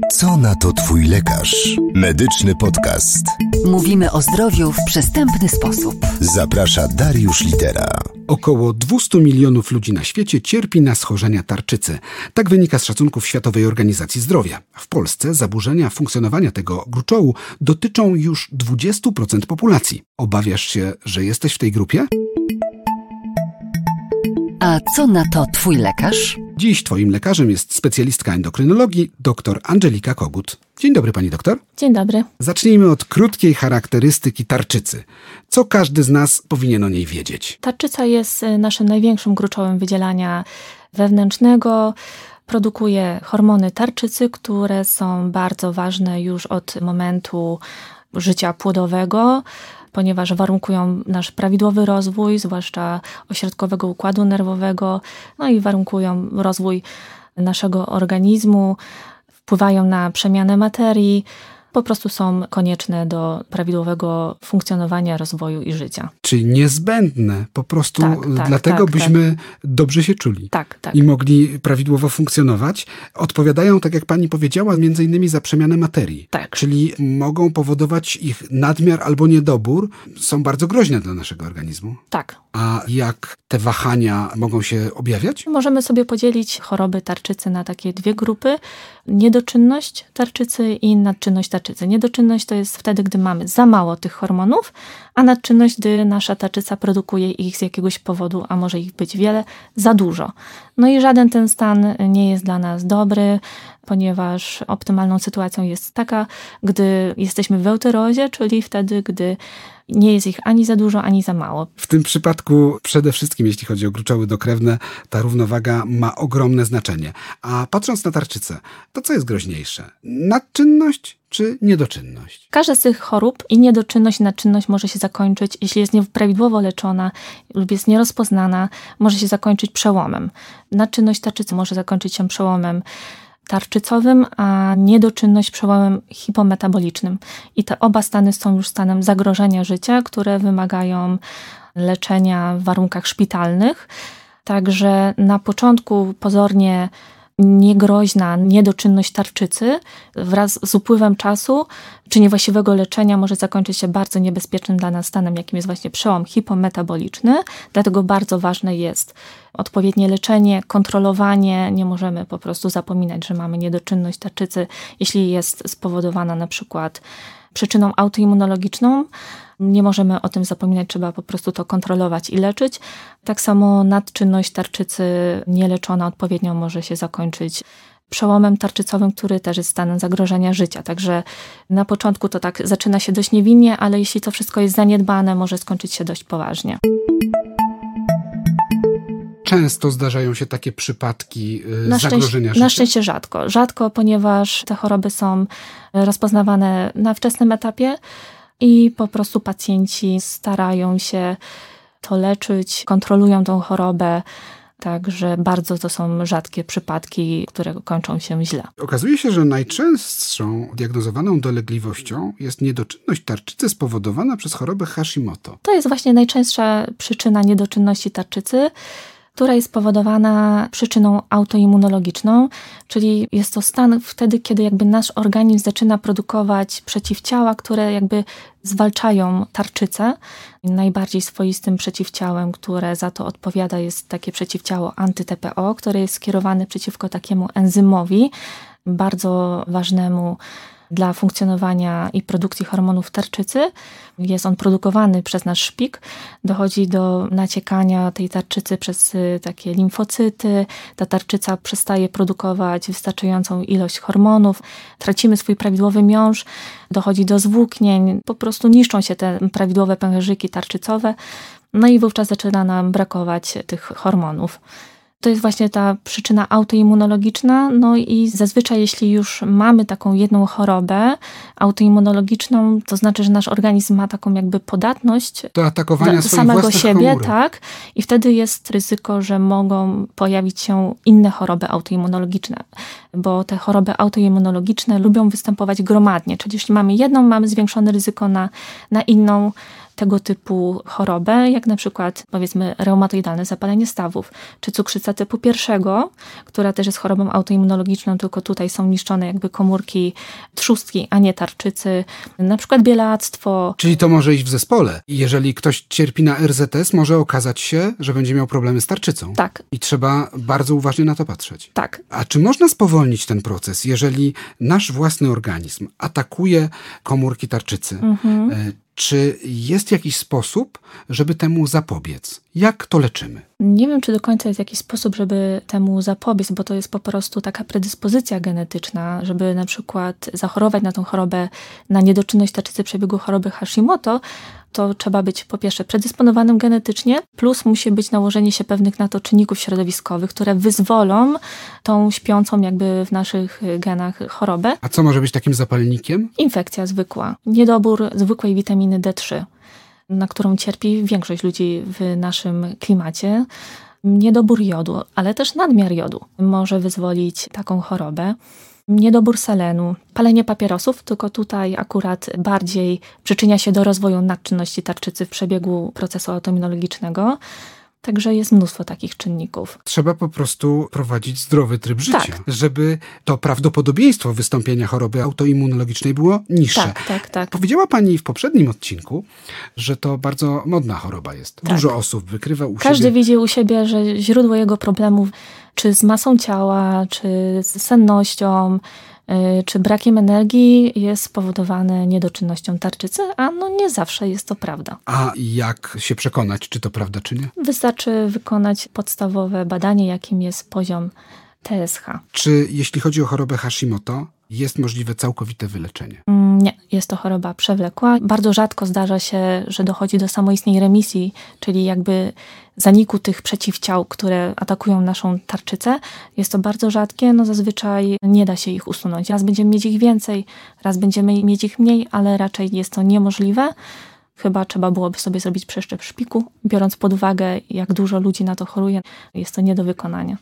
Co na to twój lekarz? Medyczny podcast. Mówimy o zdrowiu w przystępny sposób. Zaprasza Dariusz Litera. Około 200 milionów ludzi na świecie cierpi na schorzenia tarczycy. Tak wynika z szacunków Światowej Organizacji Zdrowia. W Polsce zaburzenia funkcjonowania tego gruczołu dotyczą już 20% populacji. Obawiasz się, że jesteś w tej grupie? A co na to twój lekarz? Dziś twoim lekarzem jest specjalistka endokrynologii, dr Angelika Kogut. Dzień dobry, pani doktor. Dzień dobry. Zacznijmy od krótkiej charakterystyki tarczycy. Co każdy z nas powinien o niej wiedzieć? Tarczyca jest naszym największym gruczołem wydzielania wewnętrznego. Produkuje hormony tarczycy, które są bardzo ważne już od momentu życia płodowego, ponieważ warunkują nasz prawidłowy rozwój, zwłaszcza ośrodkowego układu nerwowego, no i warunkują rozwój naszego organizmu, wpływają na przemianę materii, po prostu są konieczne do prawidłowego funkcjonowania, rozwoju i życia. Czyli niezbędne, po prostu dlatego tak, byśmy dobrze się czuli tak. I mogli prawidłowo funkcjonować. Odpowiadają, tak jak pani powiedziała, między innymi za przemianę materii. Tak. Czyli mogą powodować ich nadmiar albo niedobór. Są bardzo groźne dla naszego organizmu. Tak. A jak te wahania mogą się objawiać? Możemy sobie podzielić choroby tarczycy na takie dwie grupy. Niedoczynność tarczycy i nadczynność tarczycy. Niedoczynność to jest wtedy, gdy mamy za mało tych hormonów, a nadczynność, gdy nasza tarczyca produkuje ich z jakiegoś powodu, a może ich być wiele, za dużo. No i żaden ten stan nie jest dla nas dobry, ponieważ optymalną sytuacją jest taka, gdy jesteśmy w euterozie, czyli wtedy, gdy nie jest ich ani za dużo, ani za mało. W tym przypadku przede wszystkim, jeśli chodzi o gruczoły dokrewne, ta równowaga ma ogromne znaczenie. A patrząc na tarczycę, to co jest groźniejsze? Nadczynność czy niedoczynność? Każda z tych chorób, i niedoczynność, i nadczynność, może się zakończyć, jeśli jest nieprawidłowo leczona lub jest nierozpoznana, może się zakończyć przełomem. Nadczynność tarczycy może zakończyć się przełomem tarczycowym, a niedoczynność przełomem hipometabolicznym. I te oba stany są już stanem zagrożenia życia, które wymagają leczenia w warunkach szpitalnych. Także na początku pozornie niegroźna niedoczynność tarczycy wraz z upływem czasu czy niewłaściwego leczenia może zakończyć się bardzo niebezpiecznym dla nas stanem, jakim jest właśnie przełom hipometaboliczny. Dlatego bardzo ważne jest odpowiednie leczenie, kontrolowanie. Nie możemy po prostu zapominać, że mamy niedoczynność tarczycy, jeśli jest spowodowana na przykład przyczyną autoimmunologiczną. Nie możemy o tym zapominać, trzeba po prostu to kontrolować i leczyć. Tak samo nadczynność tarczycy nieleczona odpowiednio może się zakończyć przełomem tarczycowym, który też jest stanem zagrożenia życia. Także na początku to tak zaczyna się dość niewinnie, ale jeśli to wszystko jest zaniedbane, może skończyć się dość poważnie. Często zdarzają się takie przypadki zagrożenia życia? Na szczęście rzadko. Rzadko, ponieważ te choroby są rozpoznawane na wczesnym etapie i po prostu pacjenci starają się to leczyć, kontrolują tą chorobę. Także bardzo to są rzadkie przypadki, które kończą się źle. Okazuje się, że najczęstszą diagnozowaną dolegliwością jest niedoczynność tarczycy spowodowana przez chorobę Hashimoto. To jest właśnie najczęstsza przyczyna niedoczynności tarczycy, która jest spowodowana przyczyną autoimmunologiczną, czyli jest to stan wtedy, kiedy jakby nasz organizm zaczyna produkować przeciwciała, które jakby zwalczają tarczycę. Najbardziej swoistym przeciwciałem, które za to odpowiada, jest takie przeciwciało anty-TPO, które jest skierowane przeciwko takiemu enzymowi, bardzo ważnemu dla funkcjonowania i produkcji hormonów tarczycy. Jest on produkowany przez nasz szpik. Dochodzi do naciekania tej tarczycy przez takie limfocyty. Ta tarczyca przestaje produkować wystarczającą ilość hormonów. Tracimy swój prawidłowy miąższ. Dochodzi do zwłóknień. Po prostu niszczą się te prawidłowe pęcherzyki tarczycowe. No i wówczas zaczyna nam brakować tych hormonów. To jest właśnie ta przyczyna autoimmunologiczna, no i zazwyczaj jeśli już mamy taką jedną chorobę autoimmunologiczną, to znaczy, że nasz organizm ma taką jakby podatność do atakowania do swoich samego własnych siebie, komórek. tak? I wtedy jest ryzyko, że mogą pojawić się inne choroby autoimmunologiczne, bo te choroby autoimmunologiczne lubią występować gromadnie, czyli jeśli mamy jedną, mamy zwiększone ryzyko na inną tego typu chorobę, jak na przykład powiedzmy reumatoidalne zapalenie stawów, czy cukrzyca typu 1, która też jest chorobą autoimmunologiczną, tylko tutaj są niszczone jakby komórki trzustki, a nie tarczycy, na przykład bielactwo. Czyli to może iść w zespole. Jeżeli ktoś cierpi na RZS, może okazać się, że będzie miał problemy z tarczycą. Tak. I trzeba bardzo uważnie na to patrzeć. Tak. A czy można spowolnić ten proces, jeżeli nasz własny organizm atakuje komórki tarczycy? Czy jest jakiś sposób, żeby temu zapobiec? Jak to leczymy? Nie wiem, czy do końca jest jakiś sposób, żeby temu zapobiec, bo to jest po prostu taka predyspozycja genetyczna, żeby na przykład zachorować na tą chorobę, na niedoczynność tarczycy przebiegu choroby Hashimoto, to trzeba być po pierwsze predysponowanym genetycznie, plus musi być nałożenie się pewnych na to czynników środowiskowych, które wyzwolą tą śpiącą jakby w naszych genach chorobę. A co może być takim zapalnikiem? Infekcja zwykła, niedobór zwykłej witaminy D3, na którą cierpi większość ludzi w naszym klimacie. Niedobór jodu, ale też nadmiar jodu może wyzwolić taką chorobę. Niedobór selenu, palenie papierosów, tylko tutaj akurat bardziej przyczynia się do rozwoju nadczynności tarczycy w przebiegu procesu autoimmunologicznego. Także jest mnóstwo takich czynników. Trzeba po prostu prowadzić zdrowy tryb życia, Tak. żeby to prawdopodobieństwo wystąpienia choroby autoimmunologicznej było niższe. Tak. Powiedziała pani w poprzednim odcinku, że to bardzo modna choroba jest. Tak. Dużo osób wykrywa u Każdy siebie. widzi u siebie, że źródło jego problemów, czy z masą ciała, czy z sennością, czy brakiem energii jest spowodowane niedoczynnością tarczycy, a nie zawsze jest to prawda. A jak się przekonać, czy to prawda, czy nie? Wystarczy wykonać podstawowe badanie, jakim jest poziom TSH. Czy jeśli chodzi o chorobę Hashimoto, jest możliwe całkowite wyleczenie? Nie, jest to choroba przewlekła. Bardzo rzadko zdarza się, że dochodzi do samoistnej remisji, czyli jakby zaniku tych przeciwciał, które atakują naszą tarczycę. Jest to bardzo rzadkie, zazwyczaj nie da się ich usunąć. Raz będziemy mieć ich więcej, raz będziemy mieć ich mniej, ale raczej jest to niemożliwe. Chyba trzeba byłoby sobie zrobić przeszczep szpiku, biorąc pod uwagę, jak dużo ludzi na to choruje. Jest to nie do wykonania.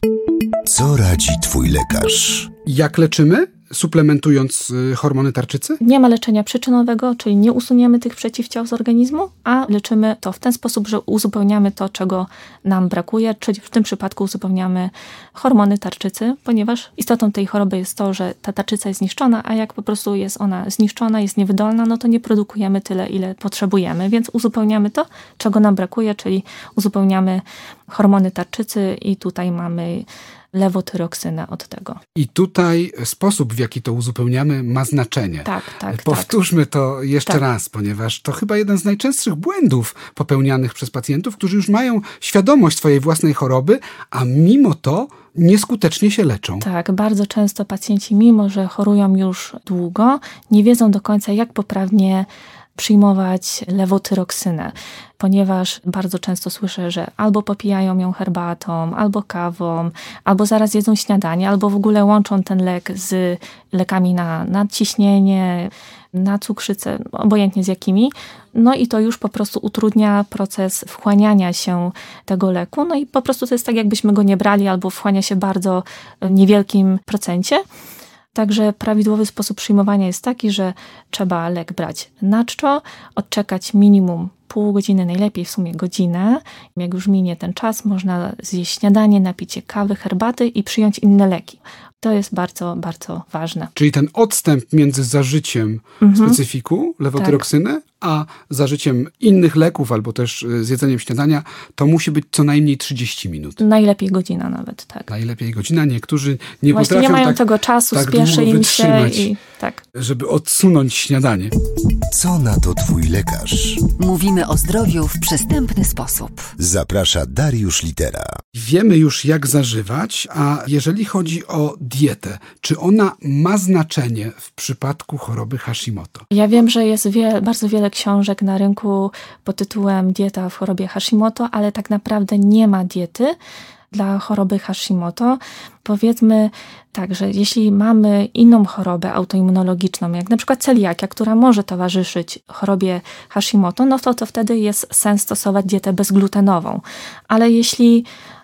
Co radzi twój lekarz? Jak leczymy? Suplementując hormony tarczycy? Nie ma leczenia przyczynowego, czyli nie usuniemy tych przeciwciał z organizmu, a leczymy to w ten sposób, że uzupełniamy to, czego nam brakuje, czyli w tym przypadku uzupełniamy hormony tarczycy, ponieważ istotą tej choroby jest to, że ta tarczyca jest zniszczona, a jak po prostu jest ona zniszczona, jest niewydolna, to nie produkujemy tyle, ile potrzebujemy, więc uzupełniamy to, czego nam brakuje, czyli uzupełniamy hormony tarczycy i tutaj mamy lewotyroksynę od tego. I tutaj sposób, w jaki to uzupełniamy, ma znaczenie. Tak. Powtórzmy to jeszcze Tak. raz, ponieważ to chyba jeden z najczęstszych błędów popełnianych przez pacjentów, którzy już mają świadomość swojej własnej choroby, a mimo to nieskutecznie się leczą. Tak, bardzo często pacjenci, mimo że chorują już długo, nie wiedzą do końca, jak poprawnie przyjmować lewotyroksynę, ponieważ bardzo często słyszę, że albo popijają ją herbatą, albo kawą, albo zaraz jedzą śniadanie, albo w ogóle łączą ten lek z lekami na nadciśnienie, na cukrzycę, obojętnie z jakimi. I to już po prostu utrudnia proces wchłaniania się tego leku. I po prostu to jest tak, jakbyśmy go nie brali, albo wchłania się bardzo niewielkim procencie. Także prawidłowy sposób przyjmowania jest taki, że trzeba lek brać na czczo, odczekać minimum pół godziny, najlepiej w sumie godzinę. Jak już minie ten czas, można zjeść śniadanie, napić się kawy, herbaty i przyjąć inne leki. To jest bardzo, bardzo ważne. Czyli ten odstęp między zażyciem specyfiku, lewotyroksyny, a zażyciem innych leków albo też zjedzeniem śniadania, to musi być co najmniej 30 minut. Najlepiej godzina nawet, tak. Najlepiej godzina. Niektórzy nie Właśnie potrafią nie mają tak, tego czasu, tak spieszy długo im się wytrzymać, i tak. żeby odsunąć śniadanie. Co na to twój lekarz? Mówimy o zdrowiu w przystępny sposób. Zaprasza Dariusz Litera. Wiemy już, jak zażywać, a jeżeli chodzi o dietę, czy ona ma znaczenie w przypadku choroby Hashimoto? Ja wiem, że jest bardzo wiele książek na rynku pod tytułem Dieta w chorobie Hashimoto, ale tak naprawdę nie ma diety dla choroby Hashimoto. Powiedzmy tak, że jeśli mamy inną chorobę autoimmunologiczną, jak na przykład celiakia, która może towarzyszyć chorobie Hashimoto, to wtedy jest sens stosować dietę bezglutenową. Ale jeśli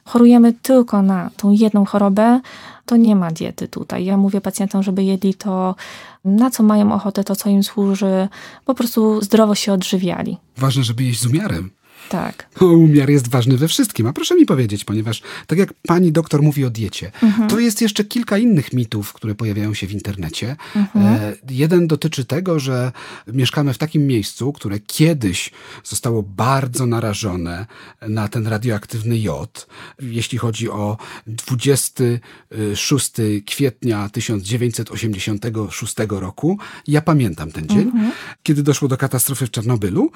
chorujemy tylko na tą jedną chorobę, to nie ma diety tutaj. Ja mówię pacjentom, żeby jedli to, na co mają ochotę, to, co im służy, po prostu zdrowo się odżywiali. Ważne, żeby jeść z umiarem. Tak. Umiar jest ważny we wszystkim. A proszę mi powiedzieć, ponieważ tak jak pani doktor mówi o diecie, to jest jeszcze kilka innych mitów, które pojawiają się w internecie. Jeden dotyczy tego, że mieszkamy w takim miejscu, które kiedyś zostało bardzo narażone na ten radioaktywny jod. Jeśli chodzi o 26 kwietnia 1986 roku, ja pamiętam ten dzień, kiedy doszło do katastrofy w Czarnobylu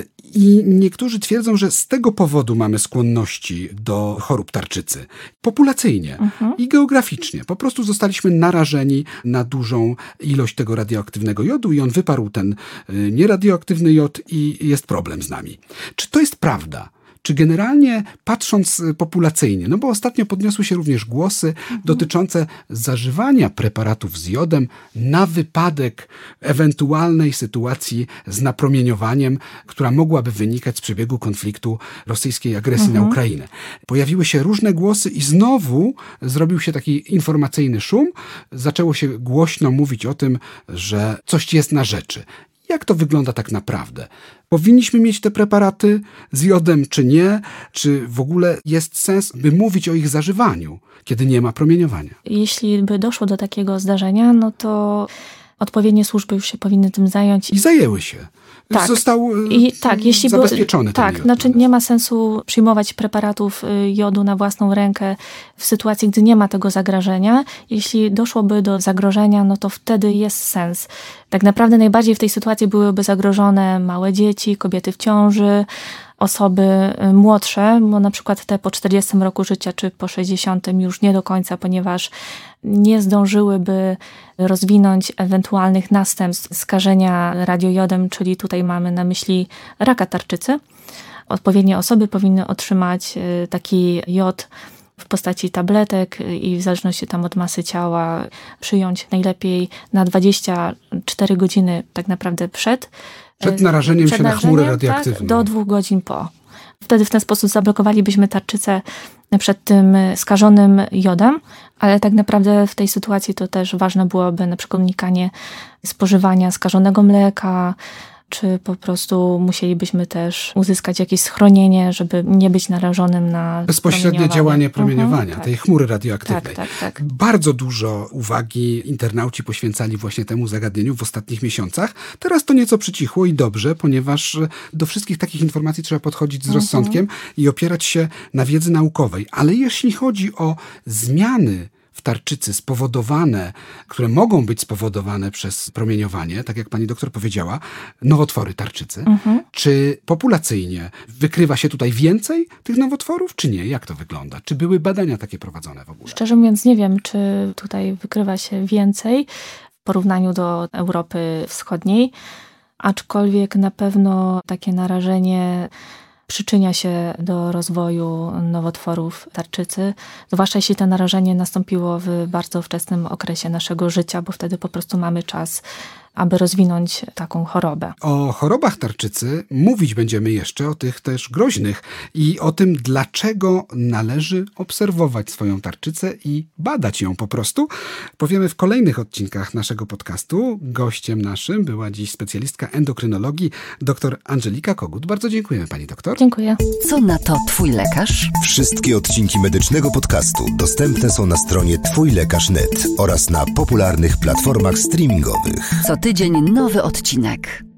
i niektórzy twierdzą, że z tego powodu mamy skłonności do chorób tarczycy. Populacyjnie i geograficznie. Po prostu zostaliśmy narażeni na dużą ilość tego radioaktywnego jodu i on wyparł ten nieradioaktywny jod i jest problem z nami. Czy to jest prawda? Czy generalnie patrząc populacyjnie, no bo ostatnio podniosły się również głosy dotyczące zażywania preparatów z jodem na wypadek ewentualnej sytuacji z napromieniowaniem, która mogłaby wynikać z przebiegu konfliktu rosyjskiej agresji na Ukrainę. Pojawiły się różne głosy i znowu zrobił się taki informacyjny szum. Zaczęło się głośno mówić o tym, że coś jest na rzeczy. Jak to wygląda tak naprawdę? Powinniśmy mieć te preparaty z jodem, czy nie? Czy w ogóle jest sens, by mówić o ich zażywaniu, kiedy nie ma promieniowania? Jeśli by doszło do takiego zdarzenia, no to odpowiednie służby już się powinny tym zająć. I zajęły się. Tak. Został jeśli zabezpieczony ten jod. Znaczy nie ma sensu przyjmować preparatów jodu na własną rękę w sytuacji, gdy nie ma tego zagrożenia. Jeśli doszłoby do zagrożenia, no to wtedy jest sens. Tak naprawdę najbardziej w tej sytuacji byłyby zagrożone małe dzieci, kobiety w ciąży, osoby młodsze, bo na przykład te po 40 roku życia czy po 60 już nie do końca, ponieważ nie zdążyłyby rozwinąć ewentualnych następstw skażenia radiojodem, czyli tutaj mamy na myśli raka tarczycy. Odpowiednie osoby powinny otrzymać taki jod w postaci tabletek i w zależności tam od masy ciała przyjąć najlepiej na 24 godziny tak naprawdę przed narażeniem się na chmury radioaktywne. Tak, do 2 godzin po. Wtedy w ten sposób zablokowalibyśmy tarczycę przed tym skażonym jodem, ale tak naprawdę w tej sytuacji to też ważne byłoby na przykład unikanie spożywania skażonego mleka, czy po prostu musielibyśmy też uzyskać jakieś schronienie, żeby nie być narażonym na bezpośrednie działanie promieniowania, tej chmury radioaktywnej. Tak. Bardzo dużo uwagi internauci poświęcali właśnie temu zagadnieniu w ostatnich miesiącach. Teraz to nieco przycichło i dobrze, ponieważ do wszystkich takich informacji trzeba podchodzić z rozsądkiem i opierać się na wiedzy naukowej. Ale jeśli chodzi o zmiany w tarczycy spowodowane, które mogą być spowodowane przez promieniowanie, tak jak pani doktor powiedziała, nowotwory tarczycy. Czy populacyjnie wykrywa się tutaj więcej tych nowotworów, czy nie? Jak to wygląda? Czy były badania takie prowadzone w ogóle? Szczerze mówiąc nie wiem, czy tutaj wykrywa się więcej w porównaniu do Europy Wschodniej, aczkolwiek na pewno takie narażenie przyczynia się do rozwoju nowotworów tarczycy, zwłaszcza jeśli to narażenie nastąpiło w bardzo wczesnym okresie naszego życia, bo wtedy po prostu mamy czas, aby rozwinąć taką chorobę. O chorobach tarczycy mówić będziemy jeszcze, o tych też groźnych i o tym, dlaczego należy obserwować swoją tarczycę i badać ją po prostu. Powiemy w kolejnych odcinkach naszego podcastu. Gościem naszym była dziś specjalistka endokrynologii dr Andżelika Kogut. Bardzo dziękujemy pani doktor. Dziękuję. Co na to twój lekarz? Wszystkie odcinki medycznego podcastu dostępne są na stronie twójlekarz.net oraz na popularnych platformach streamingowych. Co tydzień nowy odcinek.